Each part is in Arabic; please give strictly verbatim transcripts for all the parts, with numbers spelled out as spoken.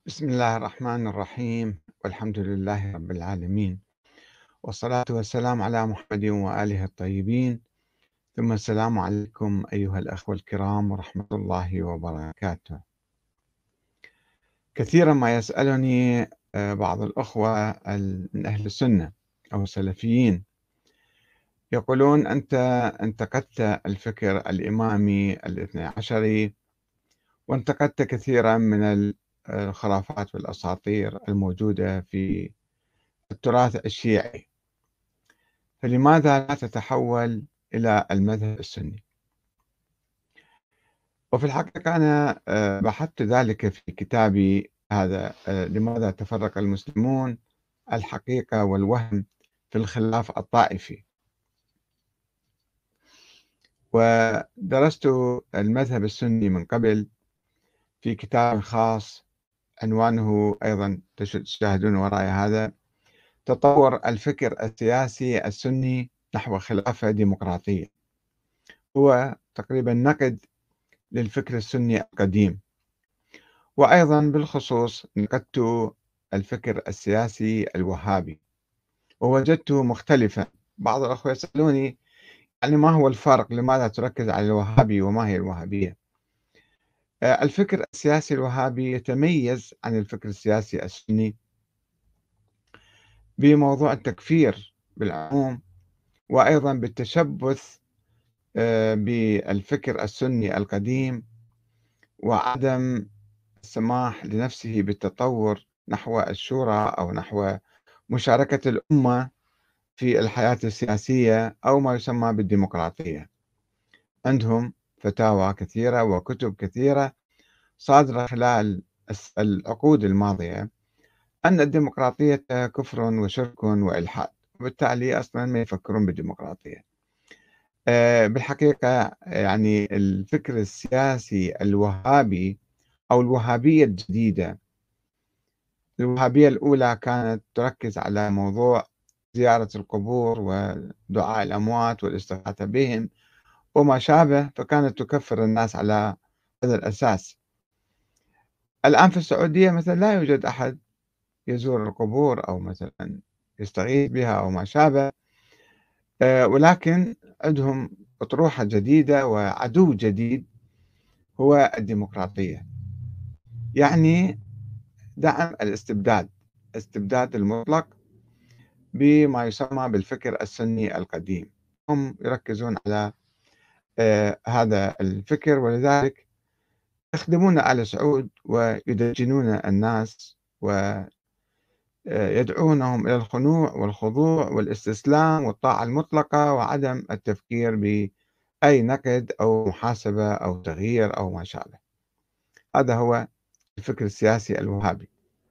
بسم الله الرحمن الرحيم والحمد لله رب العالمين والصلاة والسلام على محمد وآله الطيبين ثم السلام عليكم أيها الأخوة الكرام ورحمة الله وبركاته. كثيرا ما يسألني آه، بعض الأخوة ال- من أهل السنة أو السلفيين، يقولون أنت انتقدت الفكر الإمامي الاثني عشري وانتقدت كثيرا من ال- الخرافات والأساطير الموجودة في التراث الشيعي، فلماذا لا تتحول إلى المذهب السني؟ وفي الحقيقة أنا آه، بحثت ذلك في كتابي هذا، آه، لماذا تفرق المسلمون، الحقيقة والوهم في الخلاف الطائفي. ودرست المذهب السني من قبل في كتاب خاص عنوانه أيضا تشاهدون وراي هذا: تطور الفكر السياسي السني نحو خلافة ديمقراطية. هو تقريبا نقد للفكر السني القديم، وأيضا بالخصوص نقدت الفكر السياسي الوهابي ووجدته مختلفا. بعض الأخوة يسألوني يعني ما هو الفرق، لماذا تركز على الوهابي وما هي الوهابية؟ آه، الفكر السياسي الوهابي يتميز عن الفكر السياسي السني بموضوع التكفير بالعموم، وأيضا بالتشبث آه، بالفكر السني القديم، وعدم السماح لنفسه بالتطور نحو الشورى أو نحو مشاركة الأمة في الحياة السياسية أو ما يسمى بالديمقراطية. عندهم فتاوى كثيرة وكتب كثيرة صادرة خلال الس- العقود الماضية أن الديمقراطية كفر وشرك وإلحاد، وبالتالي أصلا ما يفكرون بالديمقراطية. آه، بالحقيقة يعني الفكر السياسي الوهابي أو الوهابية الجديدة، الوهابية الأولى كانت تركز على موضوع زيارة القبور ودعاء الأموات والاستغاثة بهم وما شابه، فكانت تكفر الناس على هذا الأساس. الآن في السعودية مثلا لا يوجد أحد يزور القبور أو مثلا يستغيث بها أو ما شابه، آه، ولكن عندهم أطروحة جديدة وعدو جديد هو الديمقراطية، يعني دعم الاستبداد، استبداد المطلق بما يسمى بالفكر السني القديم. هم يركزون على آه، هذا الفكر، ولذلك يخدمون آل سعود ويدجنون الناس ويدعونهم إلى الخنوع والخضوع والاستسلام والطاعة المطلقة وعدم التفكير بأي نقد أو محاسبة أو تغيير أو ما شابه. هذا هو الفكر السياسي الوهابي.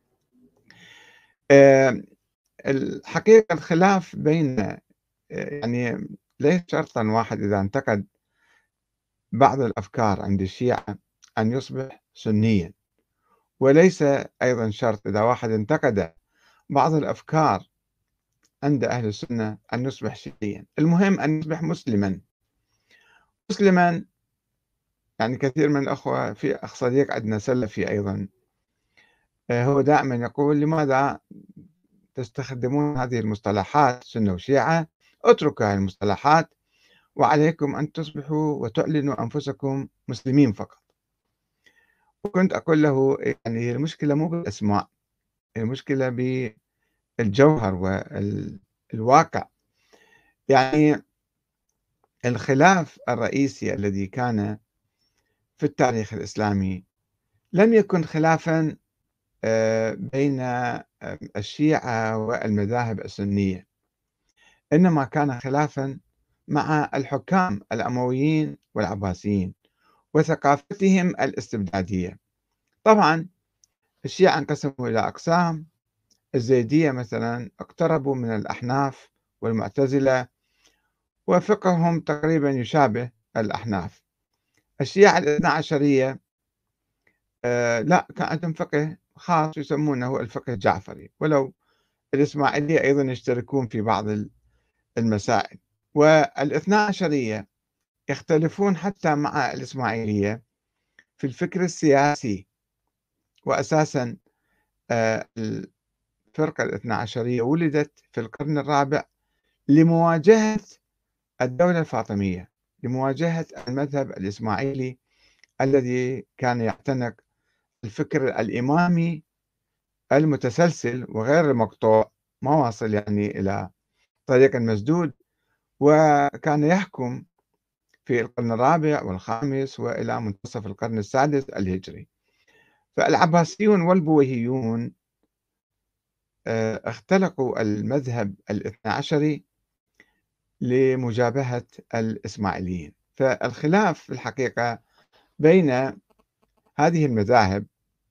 آه، الحقيقة الخلاف بين آه، يعني ليس شرطا واحد إذا انتقد بعض الأفكار عند الشيعة أن يصبح سنيا، وليس أيضا شرط إذا واحد انتقد بعض الأفكار عند أهل السنة أن يصبح شيعيا. المهم أن يصبح مسلما. مسلما يعني كثير من الأخوة، في أخ صديق عندنا سلفي أيضا، آه، هو دائما يقول: لماذا تستخدمون هذه المصطلحات سنة وشيعة؟ اتركوا هذه المصطلحات وعليكم أن تصبحوا وتعلنوا أنفسكم مسلمين فقط. وكنت أقول له يعني هي المشكلة مو بالأسماء، المشكلة بالجوهر والواقع. يعني الخلاف الرئيسي الذي كان في التاريخ الإسلامي لم يكن خلافا آه، بين آه، الشيعة والمذاهب السنية، إنما كان خلافا مع الحكام الأمويين والعباسيين وثقافتهم الاستبدادية. طبعا الشيعة انقسموا إلى أقسام. الزيدية مثلا اقتربوا من الأحناف والمعتزلة، وفقههم تقريبا يشابه الأحناف. الشيعة الاثنى عشرية آه لا، كان عندهم فقه خاص يسمونه الفقه الجعفري، ولو الإسماعيلية أيضا يشتركون في بعض المسائل. والاثنى عشرية يختلفون حتى مع الإسماعيلية في الفكر السياسي، وأساسا آه، الفرقة الاثنى عشرية ولدت في القرن الرابع لمواجهة الدولة الفاطمية، لمواجهة المذهب الإسماعيلي الذي كان يعتنق الفكر الإمامي المتسلسل وغير المقطوع، ما واصل يعني إلى طريق مسدود، وكان يحكم في القرن الرابع والخامس وإلى منتصف القرن السادس الهجري. فالعباسيون والبويهيون آه، اختلقوا المذهب الاثنى عشري لمجابهة الإسماعيليين. فالخلاف في الحقيقة بين هذه المذاهب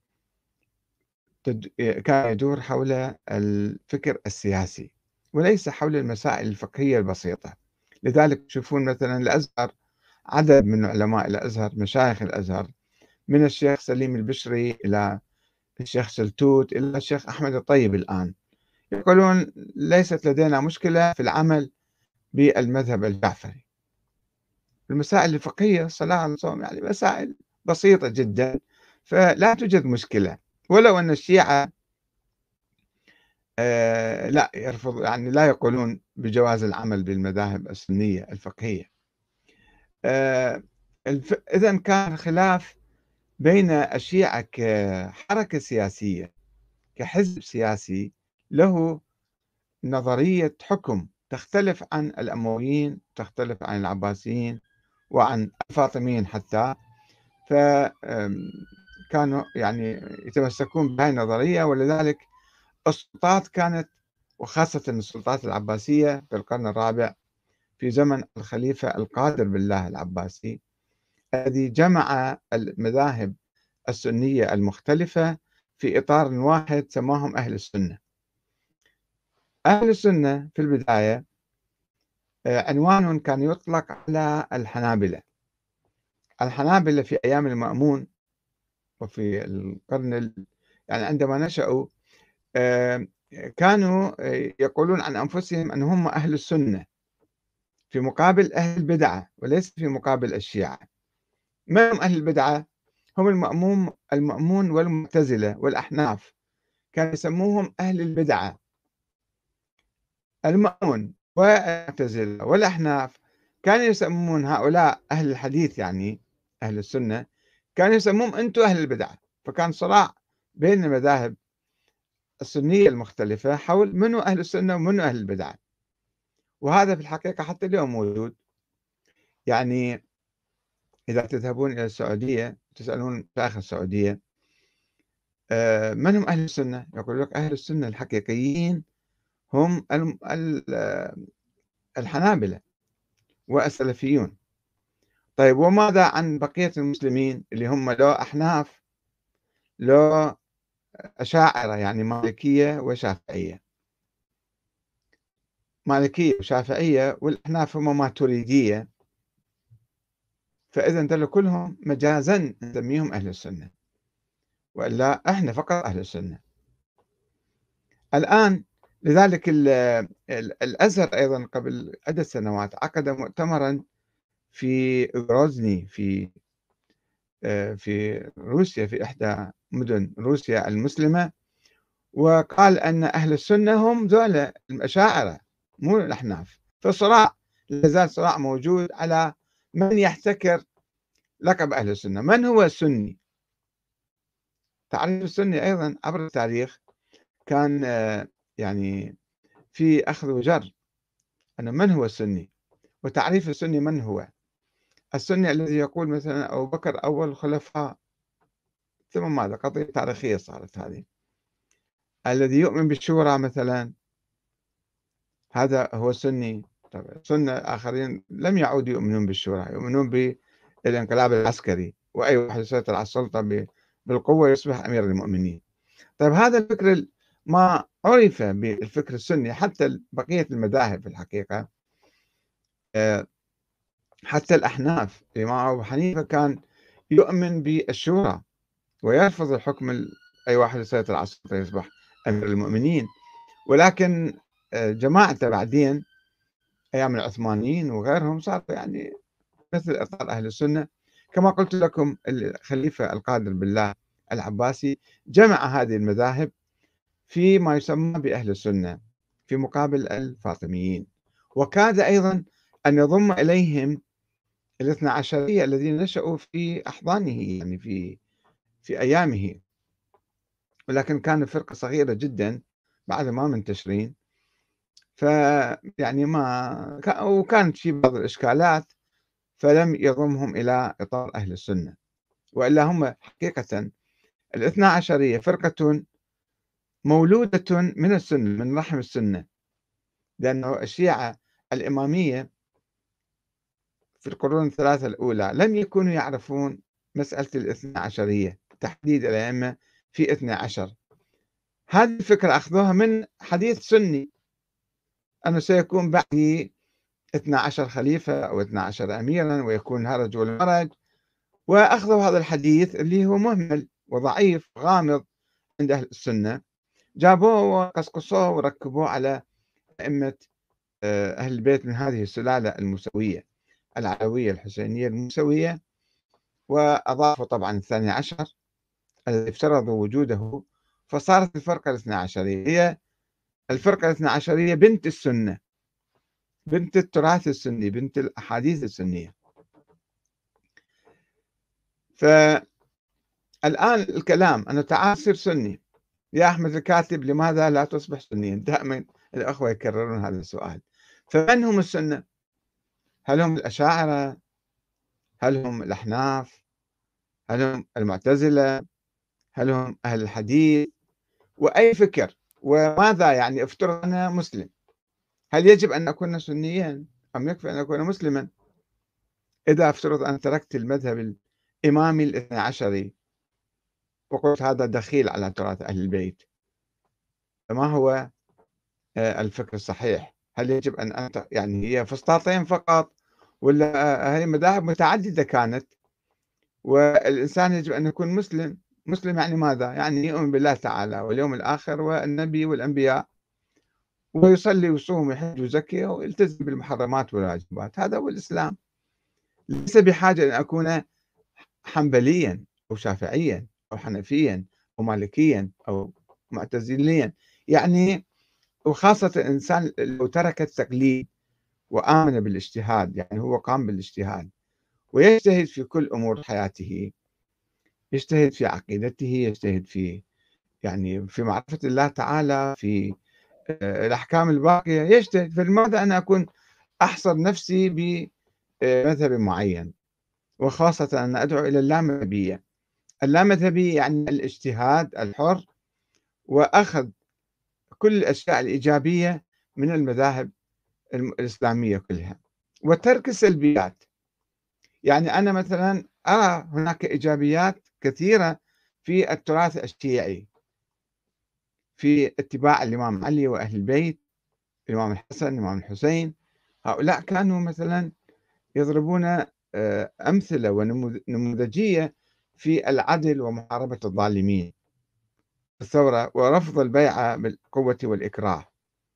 كان يدور حول الفكر السياسي وليس حول المسائل الفقهية البسيطة. لذلك تشوفون مثلا الأزهر، عدد من علماء الأزهر مشايخ الأزهر من الشيخ سليم البشري إلى الشيخ سلتوت إلى الشيخ أحمد الطيب الآن يقولون ليست لدينا مشكلة في العمل بالمذهب الجعفري. المسائل الفقهية صلاة الصوم يعني مسائل بسيطة جدا، فلا توجد مشكلة. ولو أن الشيعة آه لا يرفض، يعني لا يقولون بجواز العمل بالمذاهب السنية الفقهية. آه الف... إذن كان خلاف بين الشيعة كحركة سياسية، كحزب سياسي له نظرية حكم تختلف عن الأمويين، تختلف عن العباسيين وعن الفاطميين حتى. فكانوا يعني يتمسكون بهذه النظرية، ولذلك السلطات كانت، وخاصة السلطات العباسية في القرن الرابع في زمن الخليفة القادر بالله العباسي، الذي جمع المذاهب السنية المختلفة في إطار واحد سماهم أهل السنة. أهل السنة في البداية عنوان كان يطلق على الحنابلة. الحنابلة في أيام المأمون وفي القرن ال... يعني عندما نشأوا كانوا يقولون عن أنفسهم أن هم أهل السنة في مقابل أهل البدعة وليس في مقابل الشيعة. ما هم أهل البدعة؟ هم المأمون المأمون والمعتزلة والأحناف، كانوا يسموهم أهل البدعة. المأمون والمعتزلة والأحناف كانوا يسمون هؤلاء أهل الحديث، يعني أهل السنة كانوا يسموهم أنتم أهل البدعة. فكان صراع بين المذاهب السنية المختلفة حول منو أهل السنة ومنو أهل البدعة، وهذا في الحقيقة حتى اليوم موجود. يعني إذا تذهبون إلى السعودية تسألون شيخ السعودية من هم أهل السنة، يقول لك أهل السنة الحقيقيين هم الحنابلة والسلفيون. طيب وماذا عن بقية المسلمين اللي هم لو أحناف لو أشاعرة، يعني مالكية وشافعية؟ مالكية وشافعية والأحناف هم ماتريدية، فإذا دول كلهم مجازا نسميهم أهل السنة، وإلا إحنا فقط أهل السنة الآن. لذلك ال ال الأزهر أيضا قبل عدة سنوات عقد مؤتمرا في غروزني في في روسيا، في إحدى مدن روسيا المسلمة، وقال أن أهل السنة هم ذولا الأشاعرة مو الأحناف. فالصراع لا زال صراع موجود على من يحتكر لقب أهل السنة. من هو السني؟ تعريف السني أيضا عبر التاريخ كان يعني في أخذ وجر، أن من هو السني وتعريف السني. من هو السني؟ الذي يقول مثلا أبو بكر أول الخلفاء، ثم ماذا؟ قضية تاريخية صارت هذه. الذي يؤمن بالشورى مثلا، هذا هو السني. طبعا السنة آخرين لم يعودوا يؤمنون بالشورى، يؤمنون بالانقلاب العسكري، وأي واحد يسيطر على السلطة بالقوة يصبح أمير المؤمنين. طيب هذا الفكر ما عرف بالفكر السني. حتى بقية المذاهب في الحقيقة، حتى الأحناف الإمام أبو حنيفة كان يؤمن بالشورى ويرفض الحكم أي واحد يسيطر على السلطة يصبح أمير المؤمنين. ولكن جماعته بعدين أيام العثمانيين وغيرهم صار يعني مثل إطار أهل السنة. كما قلت لكم الخليفة القادر بالله العباسي جمع هذه المذاهب في ما يسمى بأهل السنة في مقابل الفاطميين، وكاد أيضا أن يضم إليهم الاثنى عشرية الذين نشأوا في أحضانه، يعني في في أيامه، ولكن كانوا فرقة صغيرة جدا بعد ما منتشرين. فيعني ما ك- وكانت في بعض الإشكالات، فلم يضمهم إلى إطار أهل السنة. وإلا هم حقيقة الاثنى عشرية فرقة مولودة من السنة، من رحم السنة، لأنه الشيعة الإمامية في القرون الثلاثة الأولى لم يكونوا يعرفون مسألة الاثنى عشرية، تحديد الأئمة في اثني عشر. هذه الفكرة أخذوها من حديث سني أنه سيكون بعد اثني عشر خليفة أو اثني عشر أميرا ويكون هرج والمرج، وأخذوا هذا الحديث اللي هو مهمل وضعيف غامض عند أهل السنة، جابوه وقصقصوه وركبوه على أئمة آه، أهل البيت من هذه السلالة الموسوية العلوية الحسينية الموسوية، وأضافوا طبعا الثاني عشر الذي افترضوا وجوده، فصارت الفرقة الاثنى عشرية هي الفرقة الاثنى عشرية بنت السنة، بنت التراث السني، بنت الأحاديث السنية. فالآن الكلام أنه تعال صير سني يا أحمد الكاتب، لماذا لا تصبح سنيا؟ دائما الأخوة يكررون هذا السؤال. فمن هم السنة؟ هل هم الأشاعرة؟ هل هم الأحناف؟ هل هم المعتزلة؟ هل هم أهل الحديث؟ وأي فكر؟ وماذا يعني افترض أنا مسلم، هل يجب أن أكون سنيا أم يكفي أن أكون مسلما؟ إذا افترض أن تركت المذهب الإمامي الاثنى عشري وقلت هذا دخيل على تراث أهل البيت، فما هو آه، الفكر الصحيح؟ هل يجب أن أنت يعني هي فسطاطين فقط، ولا هي مذاهب متعددة كانت، والإنسان يجب أن يكون مسلم؟ مسلم يعني ماذا؟ يعني يؤمن بالله تعالى واليوم الآخر والنبي والأنبياء، ويصلي ويصوم ويحج ويزكي ويلتزم بالمحرمات والواجبات، هذا هو الإسلام. ليس بحاجة أن أكون حنبليا أو شافعيا أو حنفيا أو مالكيا أو معتزليا، يعني وخاصة الإنسان لو ترك التقليد وآمن بالاجتهاد، يعني هو قام بالاجتهاد ويجتهد في كل أمور حياته، يجتهد في عقيدته، يجتهد في يعني في معرفة الله تعالى، في آه، الأحكام الباقية يجتهد. فلماذا أنا أكون أحصر نفسي بمذهب معين؟ وخاصة أن أدعو إلى اللامذهبية. اللامذهبية يعني الاجتهاد الحر وأخذ كل الأشياء الإيجابية من المذاهب الم- الإسلامية كلها وترك السلبيات. يعني أنا مثلا أرى هناك إيجابيات كثيرة في التراث الشيعي، في اتباع الإمام علي وأهل البيت، الإمام الحسن، الإمام الحسين. هؤلاء كانوا مثلا يضربون آه، أمثلة ونموذجية في العدل ومحاربة الظالمين، الثورة ورفض البيعة بالقوة والإكراه.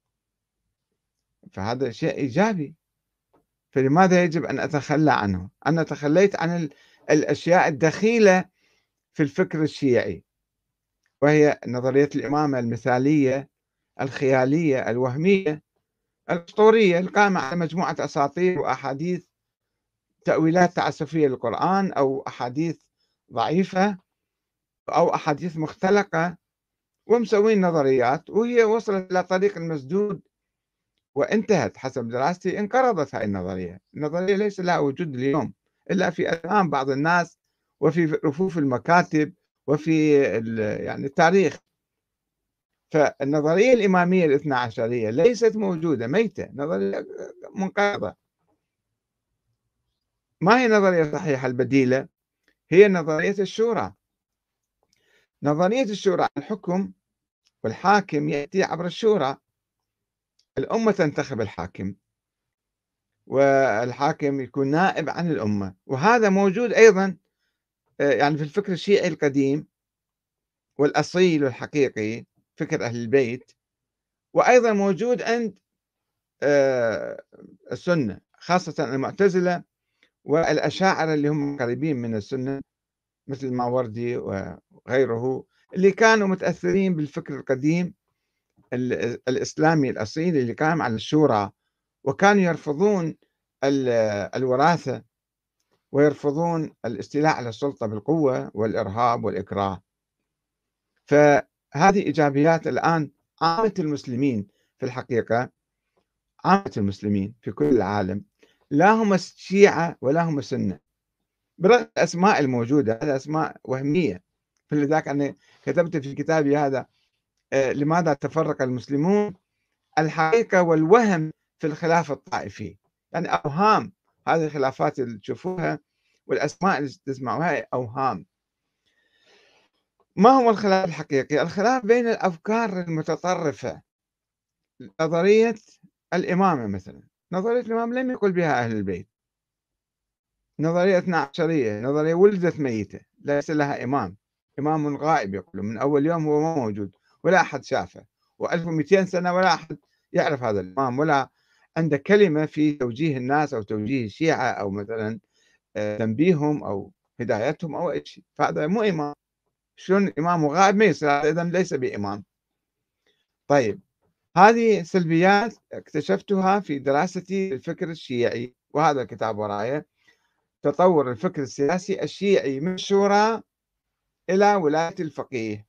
فهذا شيء إيجابي، فلماذا يجب أن أتخلى عنه؟ أنا تخليت عن ال- الأشياء الدخيلة في الفكر الشيعي، وهي نظرية الإمامة المثالية الخيالية الوهمية الأسطورية القائمة على مجموعة أساطير وأحاديث، تأويلات تعسفية للقرآن أو أحاديث ضعيفة أو أحاديث مختلقة، ومسوين نظريات وهي وصلت إلى طريق مسدود وانتهت. حسب دراستي انقرضت هذه النظرية. النظرية ليس لها وجود اليوم إلا في أذهان بعض الناس وفي رفوف المكاتب وفي ال- يعني التاريخ. فالنظرية الإمامية الاثنى عشرية ليست موجودة، ميتة، نظرية منقرضة. ما هي نظرية صحيحة البديلة؟ هي نظرية الشورى. نظرية الشورى، الحكم والحاكم يأتي عبر الشورى، الأمة تنتخب الحاكم والحاكم يكون نائب عن الأمة، وهذا موجود أيضا آه، يعني في الفكر الشيعي القديم والأصيل والحقيقي، فكر أهل البيت، وأيضا موجود عند آه، السنة، خاصة المعتزلة والأشاعرة اللي هم قريبين من السنة مثل الماوردي وغيره، اللي كانوا متأثرين بالفكر القديم ال الإسلامي الأصيل اللي قام على الشورى، وكانوا يرفضون ال الوراثة، ويرفضون الاستيلاء على السلطة بالقوة والإرهاب والإكراه. فهذه إيجابيات الآن عامة المسلمين في الحقيقة، عامة المسلمين في كل العالم لا هم شيعة ولا هم سنة، برغم الأسماء الموجودة، هذه أسماء وهمية. فلذلك أنا كتبت في كتابي هذا آه، لماذا تفرق المسلمون، الحقيقة والوهم في الخلاف الطائفي، يعني أوهام. هذه الخلافات اللي تشوفوها والأسماء اللي تسمعوها أوهام. ما هو الخلاف الحقيقي؟ الخلاف بين الأفكار المتطرفة. نظرية الإمامة مثلا، نظرية الإمام لم يقل بها أهل البيت. نظرية اثنا عشرية، نظرية ولدت ميتة، ليس لها إمام، إمام غائب يقولون، من أول يوم هو ما موجود ولا أحد شافه، وألف ومئتين سنة ولا أحد يعرف هذا الإمام، ولا عنده كلمة في توجيه الناس أو توجيه الشيعة أو مثلا آه، تنبيههم أو هدايتهم أو أي شيء. فهذا مو إمام. شلون إمام غائب ما يصير؟ إذا ليس بإمام. طيب، هذه سلبيات اكتشفتها في دراستي للفكر الشيعي، وهذا الكتاب ورايا، تطور الفكر السياسي الشيعي من الشورى إلى ولاية الفقيه.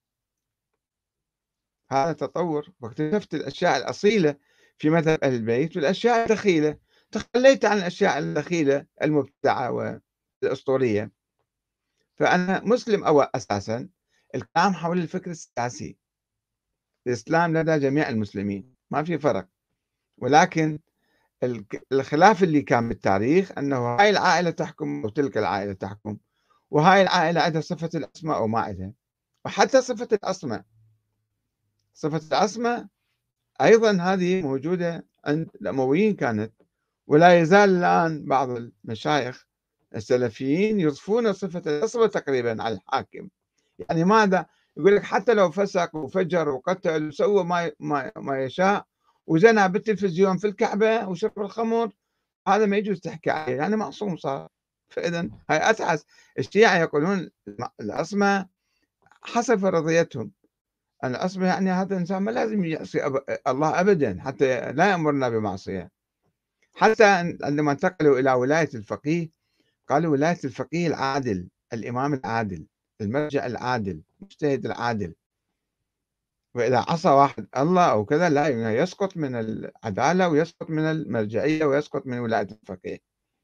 هذا تطور، واكتشفت الأشياء الأصيلة في مذهب أهل البيت والأشياء الدخيلة، تخليت عن الأشياء الدخيلة المبتدعة والأسطورية. فأنا مسلم أو أساسا. الكلام حول الفكر السياسي، الإسلام لدى جميع المسلمين ما في فرق، ولكن الخلاف اللي كان بالتاريخ أنه هاي العائلة تحكم وتلك العائلة تحكم، وهاي العائلة عندها صفة العصمة أو ما عندها. وحتى صفة العصمة، صفة العصمة أيضا هذه موجودة عند الأمويين كانت، ولا يزال الآن بعض المشايخ السلفيين يضفون صفة العصمة تقريبا على الحاكم. يعني ماذا؟ يقول لك حتى لو فسق وفجر وقتل وسوى ما ما ما يشاء وزنى بالتلفزيون في الكعبة وشرب الخمر، هذا ما يجوز تحكي عليه، يعني معصوم صار. فإذا هاي أتعس. الشيعة يقولون العصمة حسب فرضيتهم. العصمة يعني هذا الإنسان ما لازم يعصي أب... الله أبدا حتى لا يأمرنا بمعصية. حتى عندما انتقلوا إلى ولاية الفقيه قالوا ولاية الفقيه العادل، الإمام العادل، المرجع العادل، المجتهد العادل. وإذا عصى واحد الله أو كذا لا، يسقط من العدالة ويسقط من المرجعية ويسقط من ولاية الفقيه.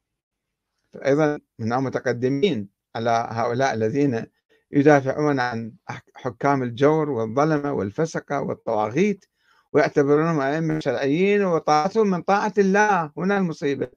أيضا هنا متقدمين على هؤلاء الذين يدافعون عن حكام الجور والظلمة والفسقة والطواغيت، ويعتبرونهم أئمة شرعيين، وطاعتهم من طاعة الله. هنا المصيبة،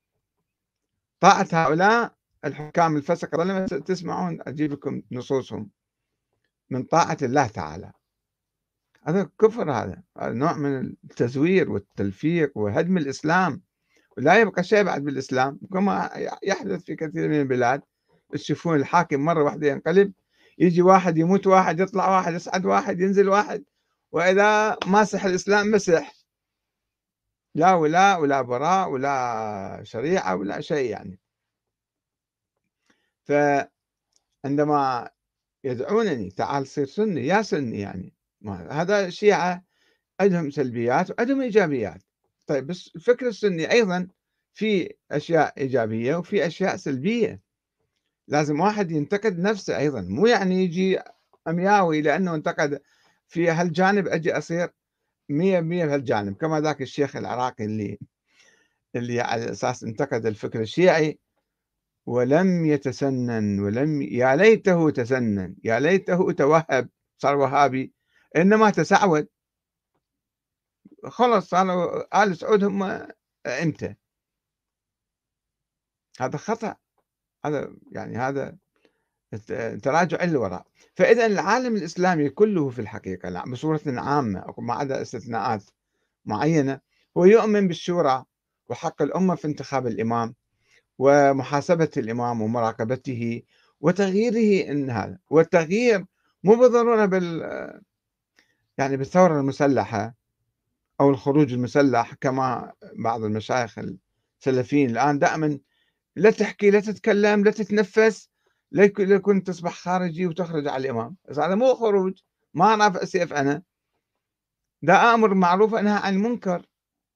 طاعة هؤلاء الحكام الفسقة الظلمة. تسمعون أجيب لكم نصوصهم، من طاعة الله تعالى. هذا كفر، هذا هذا نوع من التزوير والتلفيق وهدم الإسلام، ولا يبقى شيء بعد بالإسلام، كما يحدث في كثير من البلاد. تشوفون الحاكم مرة واحدة ينقلب، يجي واحد يموت واحد، يطلع واحد، يصعد واحد، ينزل واحد، وإذا ماسح الإسلام مسح، لا ولاء ولا براء ولا شريعة ولا شيء يعني. فعندما يدعونني تعال صير سني، يا سني يعني، هذا الشيعة عندهم سلبيات وعندهم إيجابيات. طيب بس الفكر السني أيضا في أشياء إيجابية وفي أشياء سلبية. لازم واحد ينتقد نفسه أيضا، مو يعني يجي أمياوي لأنه انتقد في هالجانب أجي أصير مية مية بهالجانب، كما ذاك الشيخ العراقي اللي اللي على أساس انتقد الفكر الشيعي ولم يتسنن، ولم يا ليته تسنن، يا ليته توهب صار وهابي، إنما تسعود. خلص صاروا آل سعود هم أئمته. هذا خطأ، هذا يعني هذا تراجع للوراء. فإذا العالم الإسلامي كله في الحقيقة لا بصورة عامة ما عدا استثناءات معينة هو يؤمن بالشورى وحق الأمة في انتخاب الإمام ومحاسبة الإمام ومراقبته وتغييره. إن هذا والتغيير مو بالضرورة بال يعني بالثورة المسلحة أو الخروج المسلح، كما بعض المشايخ السلفيين الآن دائما لا تحكي لا تتكلم لا تتنفس لا يكون تصبح خارجي وتخرج على الإمام. بس هذا مو خروج، ما رافع سيف أنا، دا آمر بالمعروف وأنهى عن المنكر،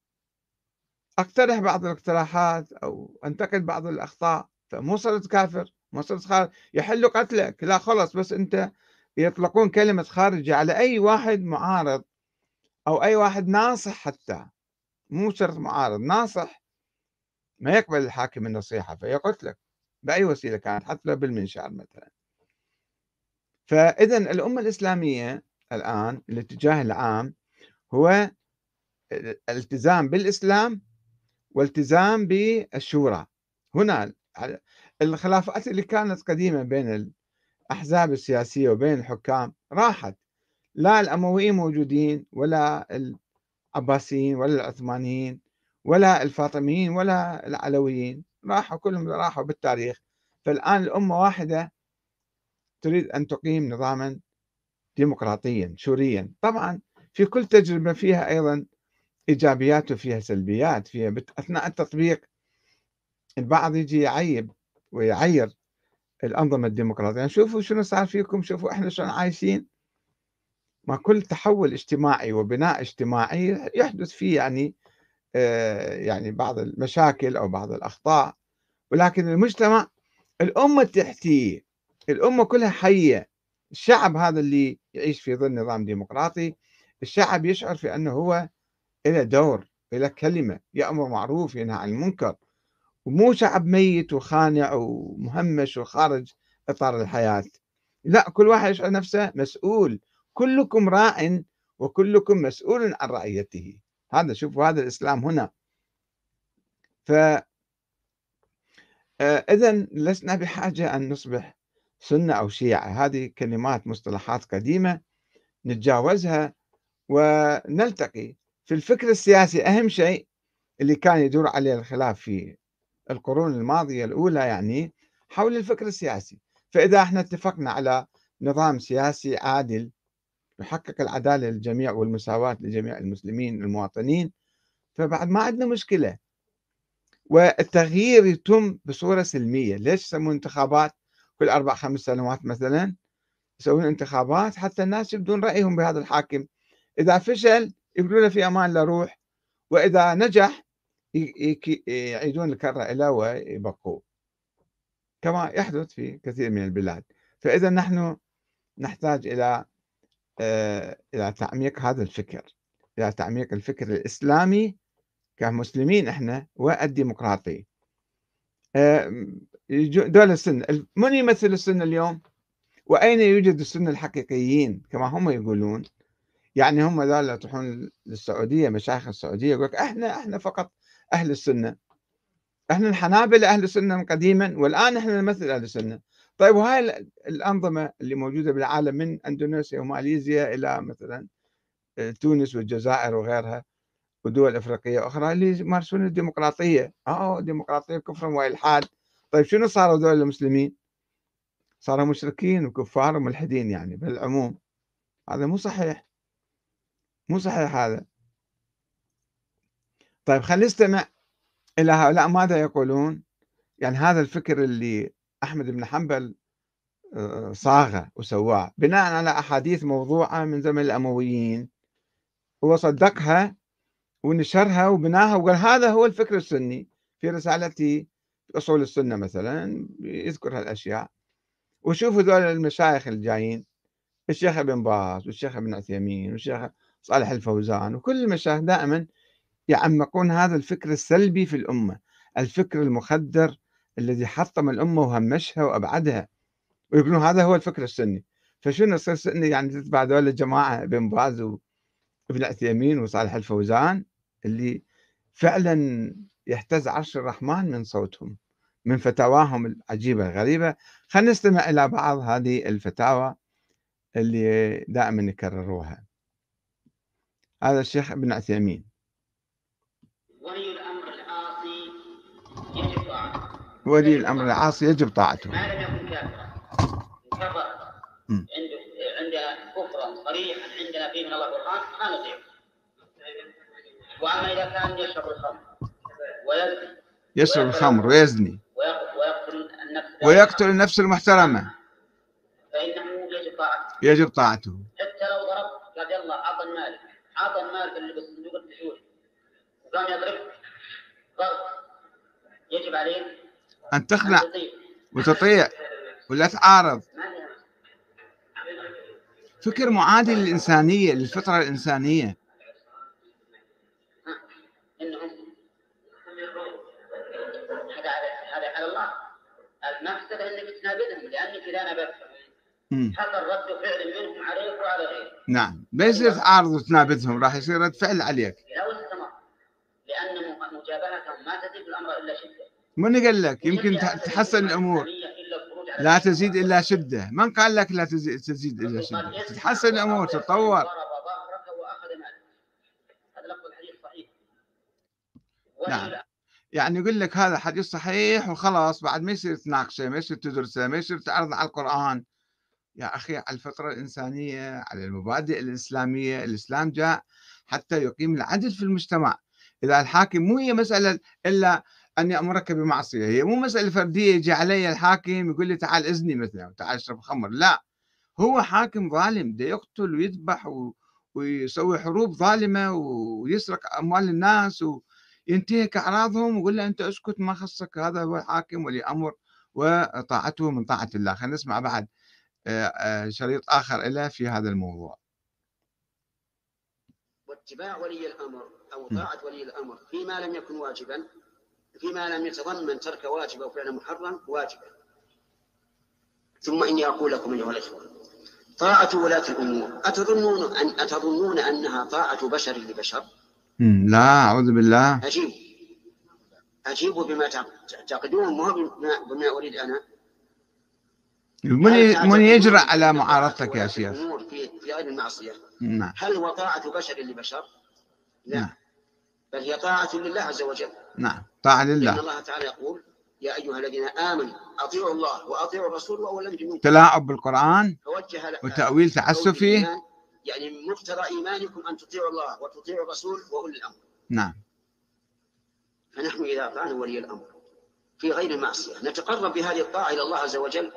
أقترح بعض الاقتراحات أو أنتقد بعض الأخطاء، فمو صرت كافر، مو صرت خارج يحلوا قتلك، لا خلص بس أنت يطلقون كلمة خارجي على أي واحد معارض أو أي واحد ناصح، حتى مو شرط معارض، ناصح ما يقبل الحاكم النصيحة فيقتلك بأي وسيلة كانت، حتى لو بالمنشار مثلا. فإذا الأمة الإسلامية الآن الاتجاه العام هو الالتزام بالإسلام والتزام بالشورى. هنا الخلافات اللي كانت قديمة بين الأحزاب السياسية وبين الحكام راحت، لا الأمويين موجودين ولا العباسيين ولا العثمانيين ولا الفاطميين ولا العلويين، راحوا كلهم راحوا بالتاريخ. فالآن الأمة واحدة تريد أن تقيم نظاما ديمقراطيا شوريا. طبعا في كل تجربة فيها أيضا إيجابيات وفيها سلبيات، فيها أثناء التطبيق البعض يجي يعيب ويعير الأنظمة الديمقراطية، يعني شوفوا شنو صار فيكم، شوفوا إحنا شلون عايشين. ما كل تحول اجتماعي وبناء اجتماعي يحدث فيه يعني آه يعني بعض المشاكل أو بعض الأخطاء، ولكن المجتمع الأمة تحتيه، الأمة كلها حية. الشعب هذا اللي يعيش في ظل نظام ديمقراطي، الشعب يشعر في أنه هو له دور، له كلمة، يأمر معروف ينهى عن المنكر، ومو شعب ميت وخانع ومهمش وخارج إطار الحياة. لا، كل واحد يشعر نفسه مسؤول، كلكم راع وكلكم مسؤول عن رعيته. هذا شوفوا هذا الإسلام هنا. ف إذا لسنا بحاجة أن نصبح سنة أو شيعة، هذه كلمات مصطلحات قديمة نتجاوزها ونلتقي في الفكر السياسي. أهم شيء اللي كان يدور عليه الخلاف في القرون الماضية الأولى يعني حول الفكر السياسي. فإذا احنا اتفقنا على نظام سياسي عادل يحقق العدالة للجميع والمساواة لجميع المسلمين المواطنين، فبعد ما عندنا مشكلة، والتغيير يتم بصورة سلمية. ليش يسمون انتخابات كل أربع خمس سنوات مثلا؟ يسوون انتخابات حتى الناس يبدون رأيهم بهذا الحاكم، إذا فشل يقولون في أمان لا روح، وإذا نجح يعيدون الكرة له ويبقوه، كما يحدث في كثير من البلاد. فإذا نحن نحتاج إلى إلى تعميق هذا الفكر، إلى تعميق الفكر الإسلامي كمسلمين إحنا والديمقراطي. دول السنة، من يمثل السنة اليوم؟ وأين يوجد السنة الحقيقيين كما هم يقولون؟ يعني هم ذول يطرحون للسعودية، مشايخ السعودية يقول لك احنا احنا فقط أهل السنة، احنا الحنابلة أهل السنة من قديما والآن احنا نمثل أهل السنة. طيب وهاي الأنظمة اللي موجودة بالعالم من أندونيسيا وماليزيا إلى مثلا تونس والجزائر وغيرها ودول أفريقية أخرى اللي يمارسون الديمقراطية، اه ديمقراطية كفر وإلحاد. طيب شنو صاروا دول المسلمين؟ صاروا مشركين وكفار وملحدين يعني بالعموم. هذا مو صحيح، مو صحيح هذا. طيب خلينا نستمع إلى هؤلاء ماذا يقولون. يعني هذا الفكر اللي أحمد بن حنبل صاغه وسواه بناء على أحاديث موضوعة من زمن الأمويين، هو صدقها ونشرها وبناها وقال هذا هو الفكر السني. في رسالتي في أصول السنة مثلا يذكر هالأشياء. وشوفوا ذول المشايخ الجايين، الشيخ ابن باز والشيخ ابن عثيمين والشيخ صالح الفوزان وكل المشايخ دائما يعمقون هذا الفكر السلبي في الأمة، الفكر المخدر الذي حطم الأمة وهمشها وأبعدها، ويقولون هذا هو الفكر السني. فشنو يصير سني؟ يعني تتبع ذول الجماعة ابن باز وابن عثيمين وصالح الفوزان اللي فعلا يهتز عرش الرحمن من صوتهم، من فتاواهم العجيبة الغريبة. خلينا نستمع إلى بعض هذه الفتاوى اللي دائما يكرروها. هذا الشيخ ابن عثيمين: ولي الأمر العاصي يجب طاعته. ولي الأمر العاصي يجب طاعته ما لم يكن كافرا، كفر عنده عنده كفرا صريحا عندنا فيه من الله برهان ما نطيعه. وأما إذا كان يشرب الخمر ويزني يشرب الخمر ويزني ويقتل النفس ويقتل النفس المحترمة فإنه يجب طاعته يجب طاعته حتى لو ضرب قال يلا أعطى المالك أعطى المال في صندوق الديون وقام يضرب ضرب يجب عليه أن تخلع وتطيع ولا تعارض. فكر معادي للإنسانية، للفطرة الإنسانية. إنهم هذا هذا على الله المفسدة إنك تنابذهم، لأنك إذا نابذتهم حصل رد فعل منهم عليك وعلى غيرك. نعم، بيصير تعارض وتنابذهم، راح يصير رد فعل عليك. لو استمر، لأن مجابهتهم ما تزيد الأمر إلا شدة. من قال لك يمكن تحسن الأمور؟ لا تزيد إلا شدة. من قال لك لا تزيد, تزيد إلا شدة؟ تتحسن الأمور، تتطور. نعم، يعني يقول لك هذا حديث صحيح وخلاص، بعد ما يصير تناقشه، ما يصير تدرسه، ما يصير تعرض على القرآن. يا أخي، على الفطرة الإنسانية، على المبادئ الإسلامية. الإسلام جاء حتى يقيم العدل في المجتمع. إذا الحاكم، مو هي مسألة إلا أن يأمرك بمعصية، هي مو مسألة فردية يجي علي الحاكم يقول لي تعال إذني مثلا تعال اشرب خمر. لا، هو حاكم ظالم ده يقتل ويذبح و... ويسوي حروب ظالمة ويسرق أموال الناس وينتهك أعراضهم، ويقول له أنت اسكت ما خصك. هذا هو الحاكم ولي أمر، وطاعته من طاعة الله. خلينا نسمع بعد شريط آخر له في هذا الموضوع. واتباع ولي الأمر أو طاعة ولي الأمر فيما لم يكن واجبا، فيما لم يتضمن ترك واجب أو فعل محرم واجبا. ثم إني أقول لكم أيها الإخوة، طاعة ولاة الأمور أتظنون أن أتظنون أنها طاعة بشر لبشر؟ لا، أعوذ بالله. أجيب أجيبوا بما تعتقدون، مو بما أريد أنا. من من يجرأ على معارضتك يا شيخ؟ في في غير المعصية. نعم. هل هو طاعة بشر لبشر؟ لا. نعم. بل هي طاعة لله عز وجل. نعم، طاعة لله. لأن الله تعالى يقول يا أيها الذين آمنوا أطيعوا الله وأطيعوا الرسول وأولي الأمر منكم. تلاعب بالقرآن وتأويل تعسفي. يعني مقتضى إيمانكم أن تطيعوا الله وتطيعوا الرسول وأولي الأمر. نعم. فنحن إذا أطعنا ولي الأمر في غير المعصية نتقرب بهذه الطاعة إلى الله عز وجل.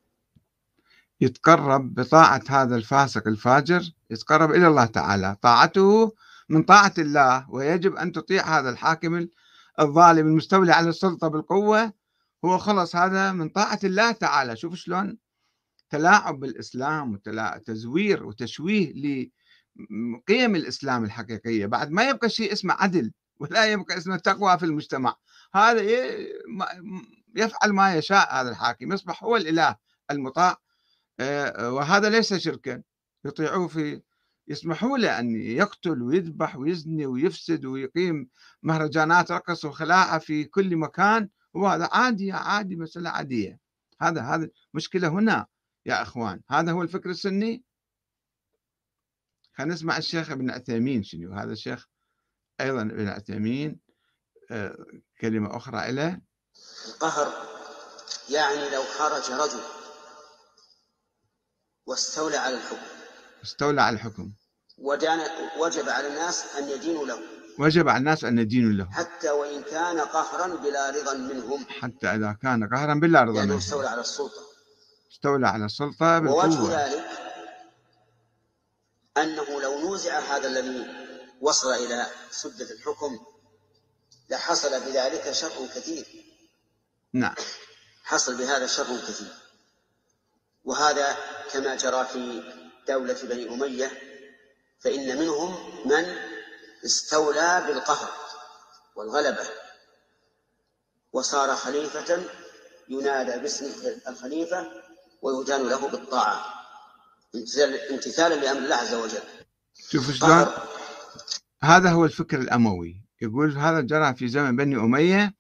يتقرب بطاعة هذا الفاسق الفاجر، يتقرب إلى الله تعالى. طاعته من طاعة الله، ويجب أن تطيع هذا الحاكم الظالم المستولي على السلطة بالقوة. هو خلص هذا من طاعة الله تعالى. شوف شلون تلاعب بالإسلام وتزوير وتشويه لقيم الإسلام الحقيقية. بعد ما يبقى شيء اسمه عدل، ولا يبقى اسمه تقوى في المجتمع. هذا يفعل ما يشاء. هذا الحاكم يصبح هو الإله المطاع، وهذا ليس شركا يطيعوه في، يسمحوا له أن يقتل ويذبح ويزني ويفسد ويقيم مهرجانات رقص وخلاعة في كل مكان، وهذا عادي عادي، مسألة عادية. هذا هذا المشكلة هنا يا أخوان. هذا هو الفكر السني. خلينا نسمع الشيخ ابن عثيمين شنو. هذا الشيخ أيضا ابن عثيمين كلمة أخرى له. القهر يعني لو خرج رجل واستولى على الحكم استولى على الحكم ودان وجب على الناس أن يدينوا له وجب على الناس أن يدينوا له حتى وإن كان قهرا بلا رضا منهم، حتى إذا كان قهرا بلا رضا منهم، لأنه استولى على السلطة استولى على السلطة بالقوة. ووجه ذلك أنه لو نوزع هذا الذي وصل إلى سدة الحكم لحصل بذلك شر كثير. نعم، حصل بهذا شر كثير. وهذا كما جرى في دولة بني أمية، فإن منهم من استولى بالقهر والغلبة وصار خليفة ينادى باسم الخليفة ويدان له بالطاعة امتثالا لأمر الله عز وجل. شوف شلون هذا هو الفكر الأموي. يقول هذا جرى في زمن بني أمية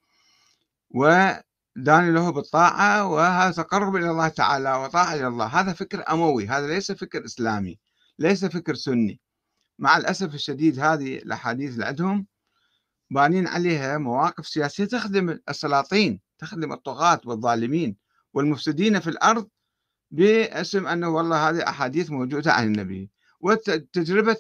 ودان له بالطاعة، وهذا تقرب إلى الله تعالى وطاعة إلى الله. هذا فكر أموي، هذا ليس فكر إسلامي، ليس فكر سني. مع الأسف الشديد هذه الأحاديث اللي عندهم بانين عليها مواقف سياسية تخدم السلاطين، تخدم الطغاة والظالمين والمفسدين في الأرض، باسم أنه والله هذه أحاديث موجودة عن النبي. وتجربة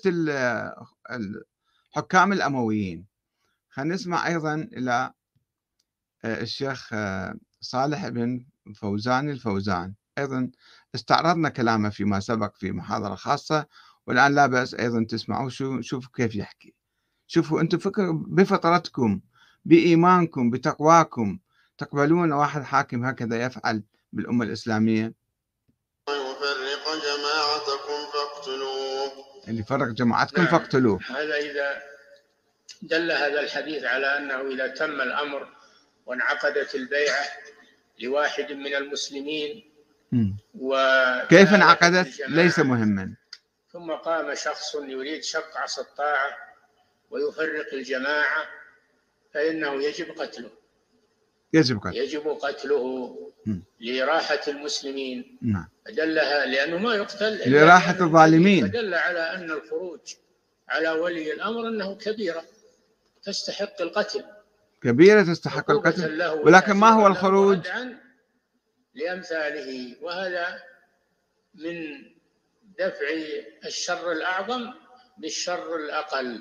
الحكام الأمويين. خلينا نسمع أيضا إلى الشيخ صالح بن فوزان الفوزان. أيضا استعرضنا كلامه فيما سبق في محاضرة خاصة، والآن لا بأس أيضا تسمعوا شو شوفوا كيف يحكي. شوفوا أنتم فكر بفطرتكم بإيمانكم بتقواكم تقبلون واحد حاكم هكذا يفعل بالأمة الإسلامية؟ ويفرق جماعتكم فاقتلوه، اللي فرق جماعتكم نعم. فاقتلوه. هذا إذا دل هذا الحديث على أنه إذا تم الأمر وانعقدت البيعة لواحد من المسلمين كيف انعقدت ليس مهما، ثم قام شخص يريد شق عصا الطاعة ويفرق الجماعة فإنه يجب قتله. يجب قتله يجب قتله لراحة المسلمين. نعم. دلها لأنه ما يقتل لراحة الظالمين. فدل على أن الخروج على ولي الأمر أنه كبيرة تستحق القتل، كبيرة تستحق القتل، ولكن ما هو الخروج لأمثاله. وهذا من دفع الشر الأعظم بالشر الأقل.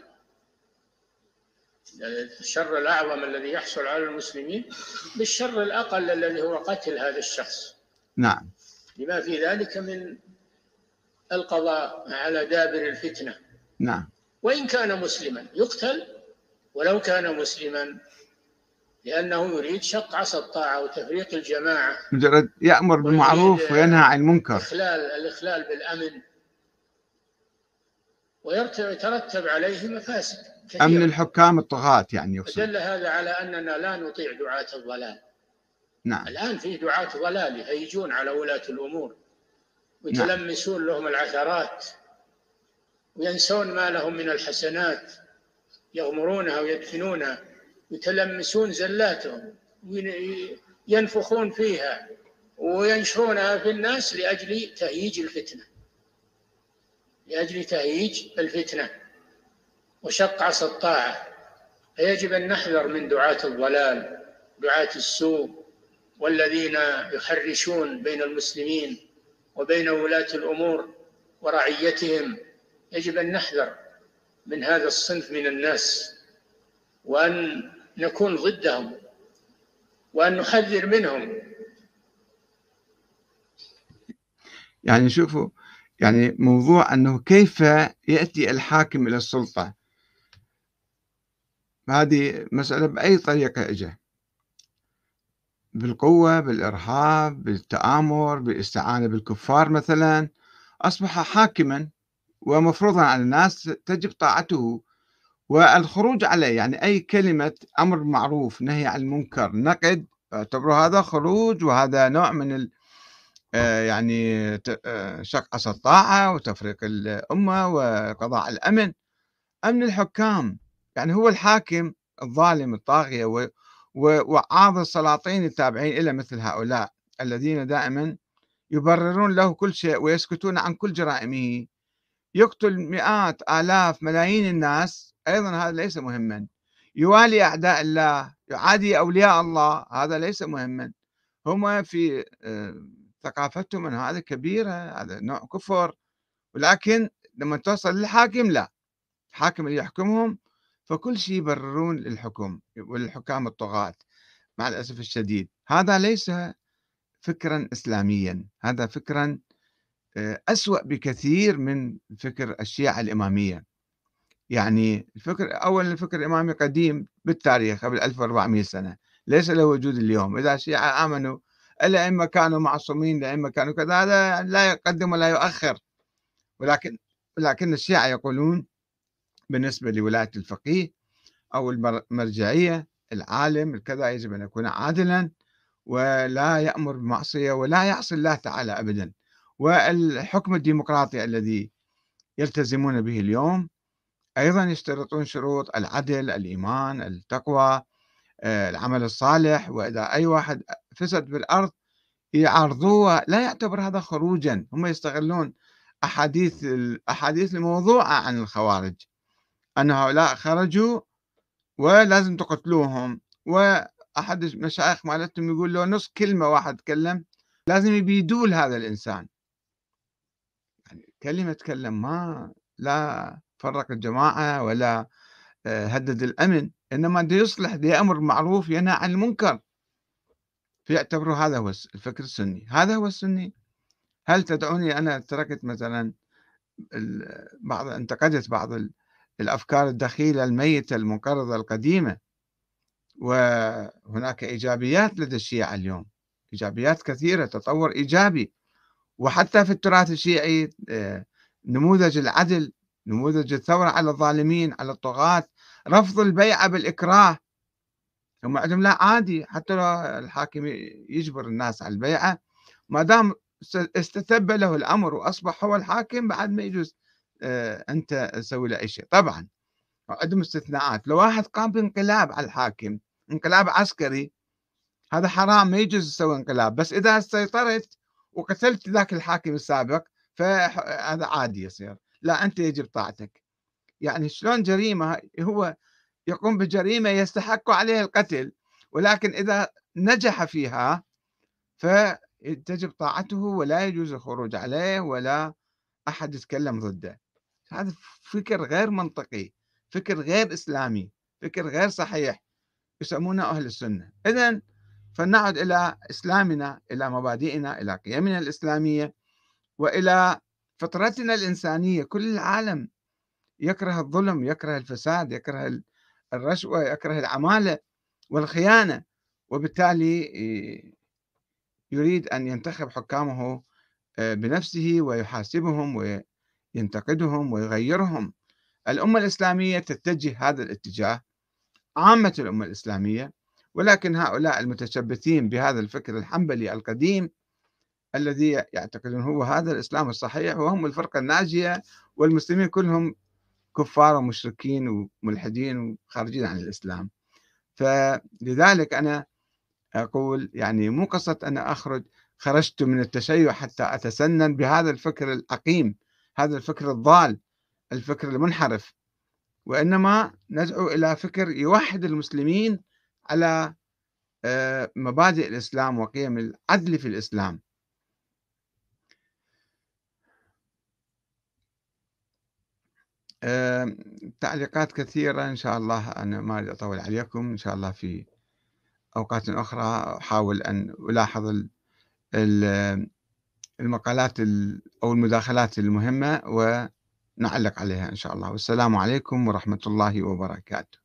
الشر الأعظم الذي يحصل على المسلمين بالشر الأقل الذي هو قتل هذا الشخص. نعم. لما في ذلك من القضاء على دابر الفتنة. نعم. وإن كان مسلما يقتل ولو كان مسلما، لأنه يريد شق عصا الطاعة وتفريق الجماعة، مجرد يأمر بالمعروف وينهى عن المنكر، إخلال الإخلال بالأمن، ويترتب عليه مفاسد كثيرة. أمن الحكام الطغاة يعني يقصد. دل هذا على أننا لا نطيع دعاة الضلال. نعم. الآن في دعاة ضلال يهيجون على ولاة الأمور ويتلمسون نعم. لهم العثرات وينسون ما لهم من الحسنات، يغمرونها ويدفنونها، يتلمسون زلاتهم وينفخون فيها وينشرونها في الناس لأجل تهييج الفتنة لأجل تهييج الفتنة وشق عصا الطاعة. فيجب أن نحذر من دعاة الضلال، دعاة السوء، والذين يحرشون بين المسلمين وبين ولاة الأمور ورعيتهم. يجب أن نحذر من هذا الصنف من الناس، وأن نكون ضدهم، وأن نحذر منهم. يعني شوفوا، يعني موضوع أنه كيف يأتي الحاكم إلى السلطة، هذه مسألة بأي طريقة إجا، بالقوة، بالإرهاب، بالتآمر، بالاستعانة بالكفار مثلا، أصبح حاكما ومفروضا على الناس تجب طاعته والخروج عليه. يعني أي كلمة أمر معروف نهي عن المنكر نقد اعتبروا هذا خروج، وهذا نوع من ال يعني شق عصا الطاعة وتفريق الأمة وقضاء الأمن. أمن الحكام يعني هو الحاكم الظالم الطاغية ووعاظ السلاطين التابعين إلى مثل هؤلاء الذين دائما يبررون له كل شيء ويسكتون عن كل جرائمه. يقتل مئات آلاف ملايين الناس، أيضا هذا ليس مهما. يوالي أعداء الله، يعادي أولياء الله، هذا ليس مهما. هم في ثقافتهم أن هذا كبيرة، هذا نوع كفر. ولكن لما توصل للحاكم لا، الحاكم اللي يحكمهم فكل شيء يبررون للحكم والحكام الطغاة. مع الأسف الشديد هذا ليس فكرا إسلاميا، هذا فكرا أسوأ بكثير من فكر الشيعة الإمامية. يعني الفكر أول الفكر الإمامي قديم بالتاريخ قبل ألف وأربعمئة سنة، ليس له وجود اليوم. إذا الشيعة آمنوا الأئمة كانوا معصومين، الأئمة كانوا كذا، هذا لا يقدم ولا يؤخر. ولكن ولكن الشيعة يقولون بالنسبة لولاية الفقيه أو المرجعية العالم الكذا يجب أن يكون عادلا ولا يأمر بمعصية ولا يعصي الله تعالى أبدا. والحكم الديمقراطي الذي يلتزمون به اليوم أيضا يشترطون شروط العدل، الإيمان، التقوى، العمل الصالح. وإذا أي واحد فسد في الأرض يعارضوه، لا يعتبر هذا خروجا. هم يستغلون أحاديث الأحاديث الموضوعة عن الخوارج أن هؤلاء خرجوا ولازم تقتلوهم، وأحد المشايخ مالتهم يقول له نص كلمة واحد تكلم لازم يبيدوا هذا الإنسان. يعني كلمة تكلم ما لا فرق الجماعة ولا هدد الأمن، إنما دي يصلح، دي أمر معروف ينهى عن المنكر. فيعتبروا هذا هو الفكر السني. هذا هو السني. هل تدعوني أنا تركت مثلا بعض انتقدت بعض الأفكار الدخيلة الميتة المنقرضة القديمة، وهناك إيجابيات لدى الشيعة اليوم، إيجابيات كثيرة، تطور إيجابي. وحتى في التراث الشيعي نموذج العدل، نموذج الثورة على الظالمين على الطغاة، رفض البيعة بالإكراه. هم عندهم لا عادي، حتى لو الحاكم يجبر الناس على البيعة ما دام استتب له الأمر وأصبح هو الحاكم، بعد ما يجوز أنت تسوي له أي شيء. طبعا عندهم استثناءات، لو واحد قام بانقلاب على الحاكم، انقلاب عسكري، هذا حرام، ما يجوز تسوي انقلاب. بس إذا سيطرت وقتلت ذاك الحاكم السابق فهذا عادي يصير، لا أنت يجب طاعتك. يعني شلون جريمة، هو يقوم بجريمة يستحق عليه القتل، ولكن إذا نجح فيها فتجب طاعته ولا يجوز الخروج عليه ولا أحد يتكلم ضده. هذا فكر غير منطقي، فكر غير إسلامي، فكر غير صحيح، يسمونه أهل السنة. إذن فلنعد إلى إسلامنا، إلى مبادئنا، إلى قيمنا الإسلامية، وإلى فطرتنا الإنسانية. كل العالم يكره الظلم، يكره الفساد، يكره الرشوة، يكره العمالة والخيانة، وبالتالي يريد أن ينتخب حكامه بنفسه ويحاسبهم وينتقدهم ويغيرهم. الأمة الإسلامية تتجه هذا الاتجاه، عامة الأمة الإسلامية، ولكن هؤلاء المتشبثين بهذا الفكر الحنبلي القديم الذي يعتقدون هو هذا الإسلام الصحيح، وهم الفرقة الناجية، والمسلمين كلهم كفار ومشركين وملحدين وخارجين عن الإسلام. فلذلك أنا أقول يعني مو قصة أنا أخرج خرجت من التشيع حتى أتسنن بهذا الفكر العقيم، هذا الفكر الضال، الفكر المنحرف، وإنما ندعو إلى فكر يوحد المسلمين على مبادئ الإسلام وقيم العدل في الإسلام. تعليقات كثيرة إن شاء الله، أنا ما أريد أطول عليكم، إن شاء الله في أوقات أخرى أحاول أن ألاحظ المقالات أو المداخلات المهمة ونعلق عليها إن شاء الله. والسلام عليكم ورحمة الله وبركاته.